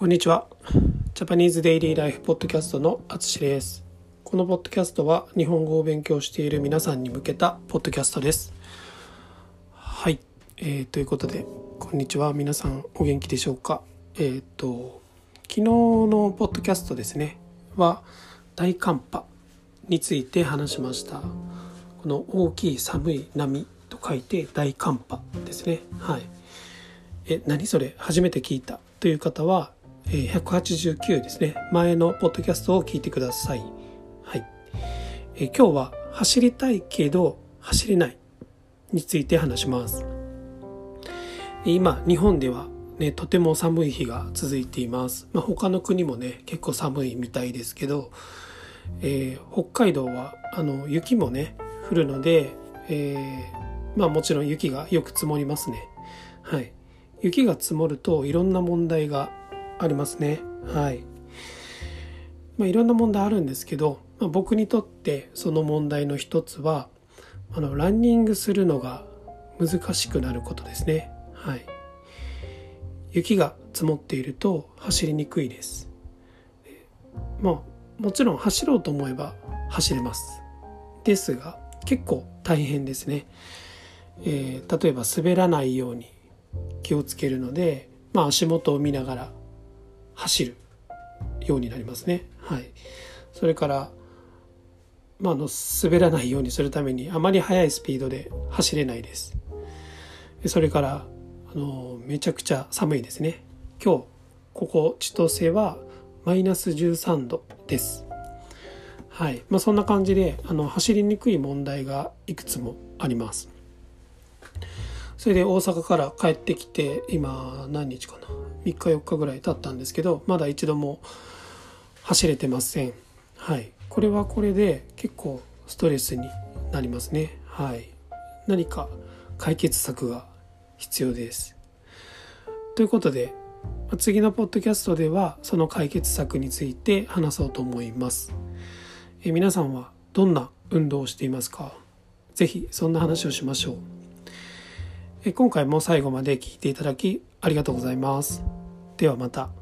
こんにちは。ジャパニーズデイリーライフポッドキャストのあつしです。このポッドキャストは日本語を勉強している皆さんに向けたポッドキャストです。はい、ということでこんにちは。皆さんお元気でしょうか。昨日のポッドキャストですねは大寒波について話しました。この大きい寒い波と書いて大寒波ですね。はい。何それ初めて聞いたという方は189ですね。前のポッドキャストを聞いてください。はい。今日は走りたいけど走れないについて話します。今日本ではね、とても寒い日が続いています。他の国もね結構寒いみたいですけど、北海道は雪もね降るので、もちろん雪がよく積もりますね。はい。雪が積もるといろんな問題がありますね。はい。いろんな問題あるんですけど、僕にとってその問題の一つはランニングするのが難しくなることですね。はい。雪が積もっていると走りにくいです。もちろん走ろうと思えば走れます。ですが結構大変ですね。例えば滑らないように気をつけるので、足元を見ながら走るようになりますね。はい。それから、滑らないようにするためにあまり速いスピードで走れないです。それからめちゃくちゃ寒いですね。今日ここ千歳はマイナス13度です。はい。そんな感じで走りにくい問題がいくつもあります。それで大阪から帰ってきて今何日かな、3日4日ぐらい経ったんですけど、まだ一度も走れてません。はい。これはこれで結構ストレスになりますね。はい。何か解決策が必要です。ということで次のポッドキャストではその解決策について話そうと思います。皆さんはどんな運動をしていますか？ぜひそんな話をしましょう。今回も最後まで聞いていただきありがとうございます。ではまた。